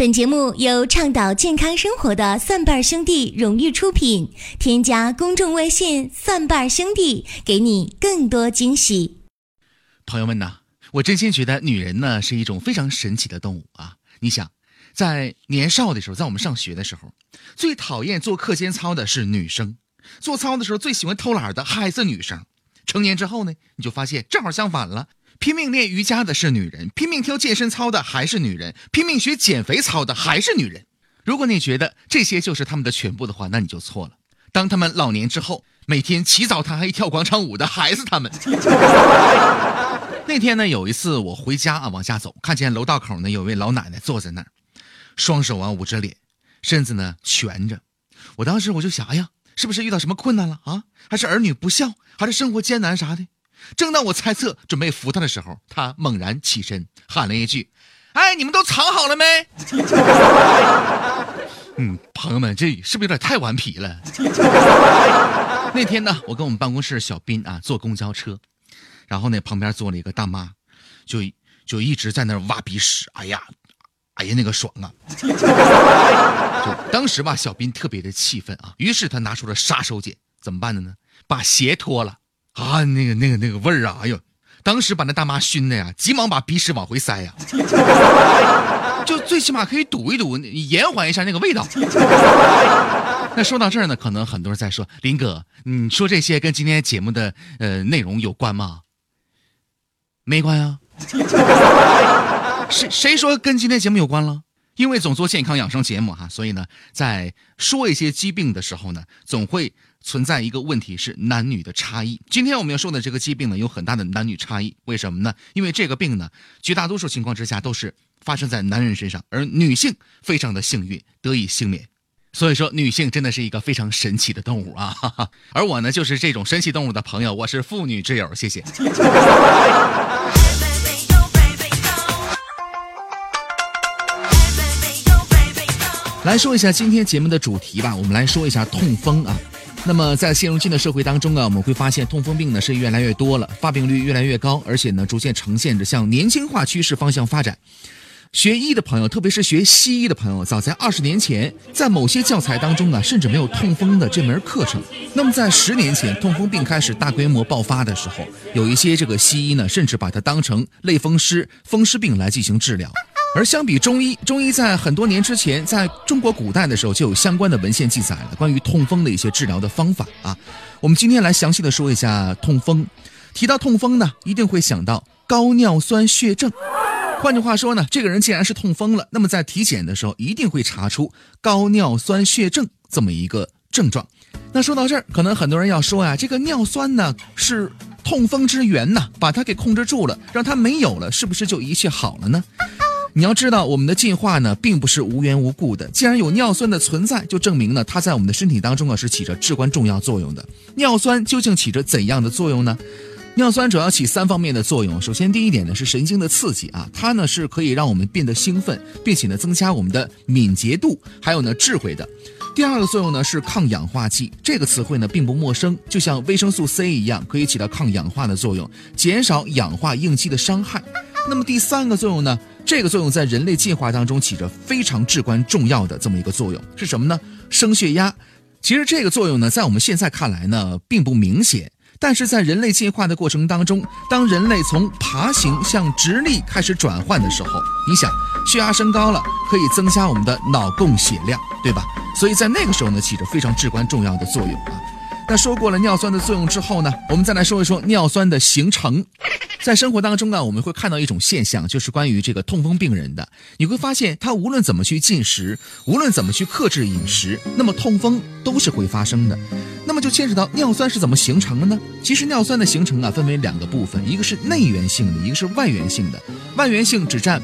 本节目由倡导健康生活的蒜瓣兄弟荣誉出品，添加公众微信蒜瓣兄弟，给你更多惊喜。 朋友们呢，我真心觉得女人呢是一种非常神奇的动物啊！你想，在年少的时候，在我们上学的时候，最讨厌做课间操的是女生，做操的时候最喜欢偷懒的还是女生。成年之后呢，你就发现正好相反了。拼命练瑜伽的是女人，拼命跳健身操的还是女人，拼命学减肥操的还是女人。如果你觉得这些就是他们的全部的话，那你就错了。当他们老年之后，每天起早贪黑跳广场舞的还是他们。那天呢，有一次我回家啊，往下走，看见楼道口呢有位老奶奶坐在那儿，双手啊捂着脸，身子呢蜷着。我当时我就想，哎呀，是不是遇到什么困难了啊？还是儿女不孝，还是生活艰难啥的？正当我猜测准备扶他的时候，他猛然起身喊了一句：哎，你们都藏好了没？朋友们，这是不是有点太顽皮了？那天呢，我跟我们办公室小斌啊坐公交车，然后呢旁边坐了一个大妈，就一直在那挖鼻屎，哎呀那个爽啊！就当时吧，小斌特别的气愤啊，于是他拿出了杀手锏，怎么办的呢？把鞋脱了啊，那个味儿啊，哎呦！当时把那大妈熏的呀，急忙把鼻屎往回塞呀，就最起码可以堵一堵，延缓一下那个味道。那说到这儿呢，可能很多人在说，林哥，你说这些跟今天节目的内容有关吗？没关啊。谁说跟今天节目有关了？因为总做健康养生节目哈，所以呢，在说一些疾病的时候呢，总会存在一个问题是男女的差异。今天我们要说的这个疾病呢，有很大的男女差异。为什么呢？因为这个病呢，绝大多数情况之下都是发生在男人身上，而女性非常的幸运，得以幸免。所以说，女性真的是一个非常神奇的动物啊！哈哈，而我呢，就是这种神奇动物的朋友，我是妇女之友，谢谢。来说一下今天节目的主题吧，我们来说一下痛风啊。那么在现如今的社会当中啊，我们会发现痛风病呢是越来越多了，发病率越来越高，而且呢逐渐呈现着向年轻化趋势方向发展。学医的朋友，特别是学西医的朋友，早在20年前，在某些教材当中啊，甚至没有痛风的这门课程。那么在10年前，痛风病开始大规模爆发的时候，有一些这个西医呢，甚至把它当成类风湿、风湿病来进行治疗。而相比中医在很多年之前，在中国古代的时候就有相关的文献记载了关于痛风的一些治疗的方法啊。我们今天来详细的说一下痛风。提到痛风呢，一定会想到高尿酸血症。换句话说呢，这个人既然是痛风了，那么在体检的时候一定会查出高尿酸血症这么一个症状。那说到这儿，可能很多人要说啊，这个尿酸呢是痛风之源呐，把它给控制住了，让它没有了，是不是就一切好了呢？你要知道，我们的进化呢并不是无缘无故的，既然有尿酸的存在，就证明呢它在我们的身体当中啊是起着至关重要作用的。尿酸究竟起着怎样的作用呢？尿酸主要起3方面的作用。首先第一点呢是神经的刺激啊，它呢是可以让我们变得兴奋，并且呢增加我们的敏捷度，还有呢智慧的。第二个作用呢是抗氧化剂，这个词汇呢并不陌生，就像维生素 C 一样，可以起到抗氧化的作用，减少氧化应激的伤害。那么第3个作用呢，这个作用在人类进化当中起着非常至关重要的这么一个作用，是什么呢？升血压。其实这个作用呢，在我们现在看来呢并不明显，但是在人类进化的过程当中，当人类从爬行向直立开始转换的时候，你想血压升高了，可以增加我们的脑供血量，对吧？所以在那个时候呢，起着非常至关重要的作用啊。那说过了尿酸的作用之后呢，我们再来说一说尿酸的形成。在生活当中啊，我们会看到一种现象，就是关于这个痛风病人的，你会发现他无论怎么去进食，无论怎么去克制饮食，那么痛风都是会发生的。那么就牵扯到尿酸是怎么形成的呢？其实尿酸的形成啊分为2个部分，一个是内源性的，一个是外源性的。外源性只占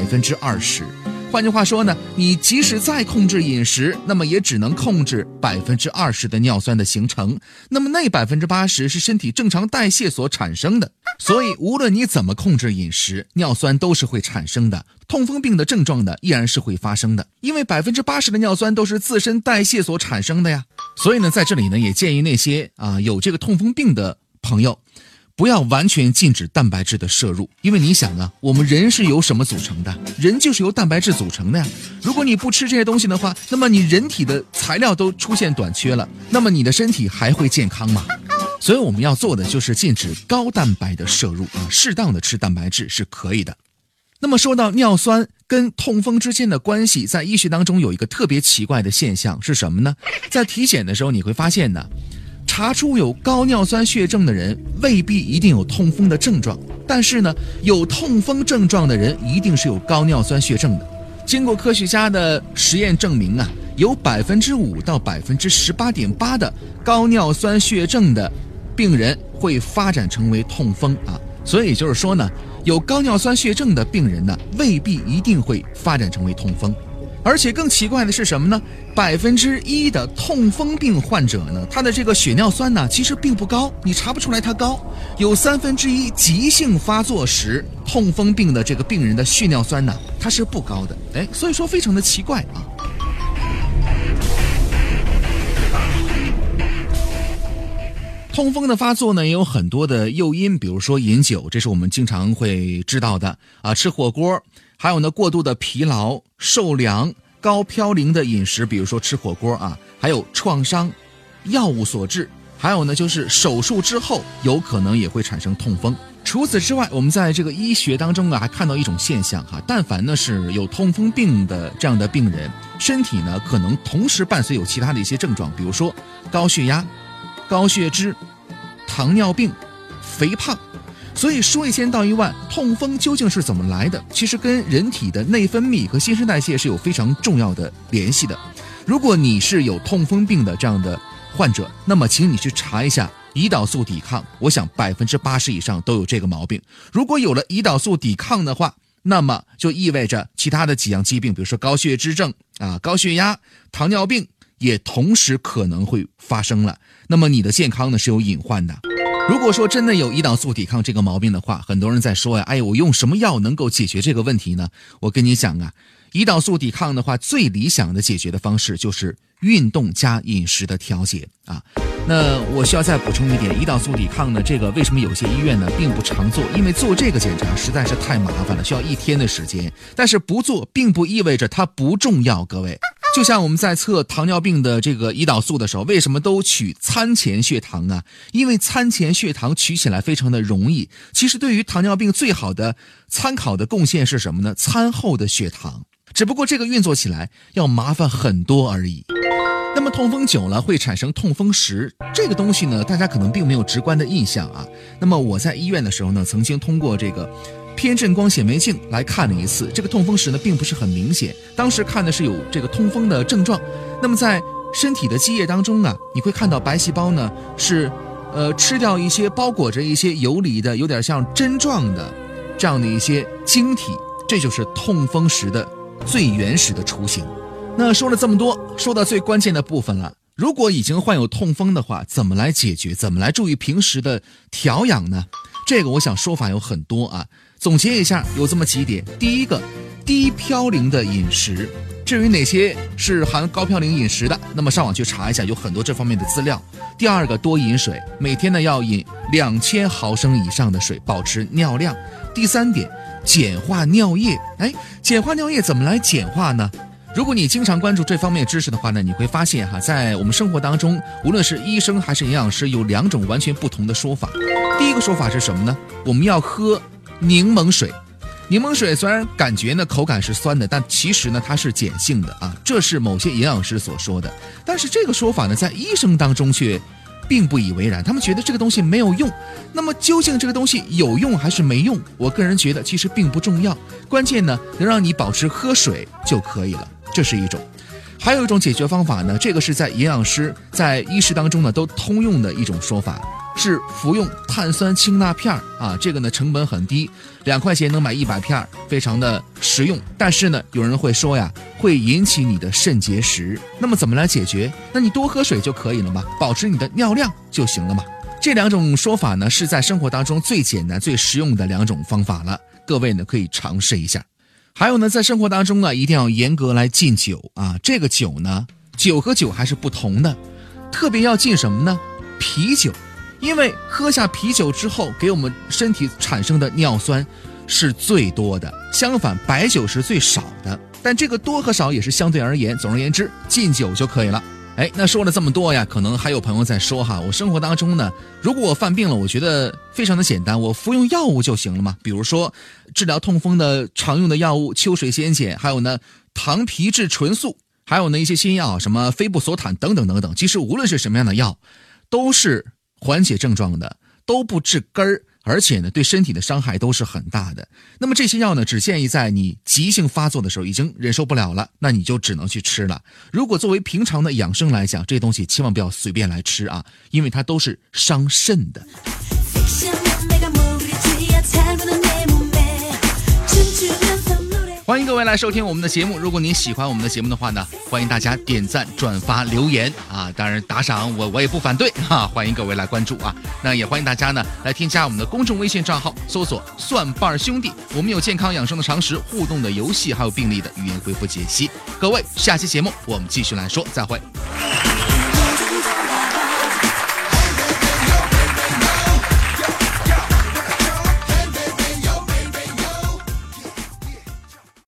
20%。换句话说呢，你即使再控制饮食，那么也只能控制20%的尿酸的形成，那么那80%是身体正常代谢所产生的。所以无论你怎么控制饮食，尿酸都是会产生的，痛风病的症状呢依然是会发生的，因为80%的尿酸都是自身代谢所产生的呀。所以呢，在这里呢也建议那些有这个痛风病的朋友， 不要完全禁止蛋白质的摄入，因为你想啊，我们人是由什么组成的？人就是由蛋白质组成的呀。如果你不吃这些东西的话，那么你人体的材料都出现短缺了，那么你的身体还会健康吗？所以我们要做的就是禁止高蛋白的摄入啊，适当的吃蛋白质是可以的。那么说到尿酸跟痛风之间的关系，在医学当中有一个特别奇怪的现象是什么呢？在体检的时候你会发现呢，查出有高尿酸血症的人未必一定有痛风的症状，但是呢，有痛风症状的人一定是有高尿酸血症的。经过科学家的实验证明啊，有5%到18.8%的高尿酸血症的病人会发展成为痛风啊。所以就是说呢，有高尿酸血症的病人呢，未必一定会发展成为痛风。而且更奇怪的是什么呢？1%的痛风病患者呢，他的这个血尿酸呢，其实并不高，你查不出来它高。有1/3急性发作时，痛风病的这个病人的血尿酸呢，它是不高的。所以说非常的奇怪啊。痛风的发作呢，也有很多的诱因，比如说饮酒，这是我们经常会知道的啊，吃火锅，还有呢过度的疲劳、受凉、高嘌呤的饮食，比如说吃火锅啊，还有创伤、药物所致，还有呢就是手术之后有可能也会产生痛风。除此之外，我们在这个医学当中啊，还看到一种现象哈，但凡呢是有痛风病的这样的病人，身体呢可能同时伴随有其他的一些症状，比如说高血压、高血脂、糖尿病、肥胖。所以说一千道一万，痛风究竟是怎么来的？其实跟人体的内分泌和新陈代谢是有非常重要的联系的。如果你是有痛风病的这样的患者，那么请你去查一下胰岛素抵抗，我想80%以上都有这个毛病。如果有了胰岛素抵抗的话，那么就意味着其他的几样疾病，比如说高血脂症啊、高血压、糖尿病也同时可能会发生了。那么你的健康呢是有隐患的。如果说真的有胰岛素抵抗这个毛病的话，很多人在说呀，我用什么药能够解决这个问题呢？我跟你讲啊，胰岛素抵抗的话，最理想的解决的方式就是运动加饮食的调节啊。那我需要再补充一点，胰岛素抵抗呢，这个为什么有些医院呢并不常做？因为做这个检查实在是太麻烦了，需要1天的时间。但是不做并不意味着它不重要，各位。就像我们在测糖尿病的这个胰岛素的时候，为什么都取餐前血糖啊？因为餐前血糖取起来非常的容易。其实对于糖尿病最好的参考的贡献是什么呢？餐后的血糖，只不过这个运作起来要麻烦很多而已。那么痛风久了会产生痛风石，这个东西呢，大家可能并没有直观的印象啊。那么我在医院的时候呢，曾经通过这个偏振光显微镜来看了一次，这个痛风石呢并不是很明显，当时看的是有这个痛风的症状。那么在身体的积液当中啊，你会看到白细胞呢是吃掉一些包裹着一些游离的有点像针状的这样的一些晶体，这就是痛风石的最原始的雏形。那说了这么多，说到最关键的部分了，如果已经患有痛风的话，怎么来解决？怎么来注意平时的调养呢？这个我想说法有很多啊，总结一下有这么几点。第一个，低嘌呤的饮食。至于哪些是含高嘌呤饮食的，那么上网去查一下，有很多这方面的资料。第二个，多饮水，每天呢要饮2000毫升以上的水，保持尿量。第三点，简化尿液。简化尿液怎么来简化呢？如果你经常关注这方面知识的话呢，你会发现在我们生活当中，无论是医生还是营养师，有2种完全不同的说法。第一个说法是什么呢？我们要喝柠檬水。柠檬水虽然感觉呢口感是酸的，但其实呢它是碱性的啊，这是某些营养师所说的。但是这个说法呢，在医生当中却并不以为然，他们觉得这个东西没有用。那么究竟这个东西有用还是没用？我个人觉得其实并不重要，关键呢能让你保持喝水就可以了，这是一种。还有一种解决方法呢，这个是在营养师在医师当中呢都通用的一种说法，是服用碳酸氢钠片啊，这个呢成本很低，2块钱能买100片，非常的实用。但是呢，有人会说呀，会引起你的肾结石。那么怎么来解决？那你多喝水就可以了嘛，保持你的尿量就行了嘛。这2种说法呢，是在生活当中最简单、最实用的2种方法了，各位呢可以尝试一下。还有呢，在生活当中呢，一定要严格来禁酒啊。这个酒呢，酒和酒还是不同的，特别要禁什么呢？啤酒。 因为喝下啤酒之后给我们身体产生的尿酸是最多的，相反白酒是最少的，但这个多和少也是相对而言，总而言之禁酒就可以了。那说了这么多呀，可能还有朋友在说哈，我生活当中呢，如果我犯病了，我觉得非常的简单，我服用药物就行了嘛。比如说治疗痛风的常用的药物秋水仙碱，还有呢糖皮质醇素，还有呢一些新药，什么非布索坦等等等等。其实无论是什么样的药，都是缓解症状的，都不治根儿，而且呢对身体的伤害都是很大的。那么这些药呢只建议在你急性发作的时候已经忍受不了了，那你就只能去吃了。如果作为平常的养生来讲，这东西千万不要随便来吃啊，因为它都是伤肾的。欢迎各位来收听我们的节目，如果您喜欢我们的节目的话呢，欢迎大家点赞转发留言啊，当然打赏我也不反对啊，欢迎各位来关注啊。那也欢迎大家呢来添加我们的公众微信账号，搜索蒜瓣兄弟，我们有健康养生的常识、互动的游戏，还有病例的语音回复解析。各位，下期节目我们继续来说，再会。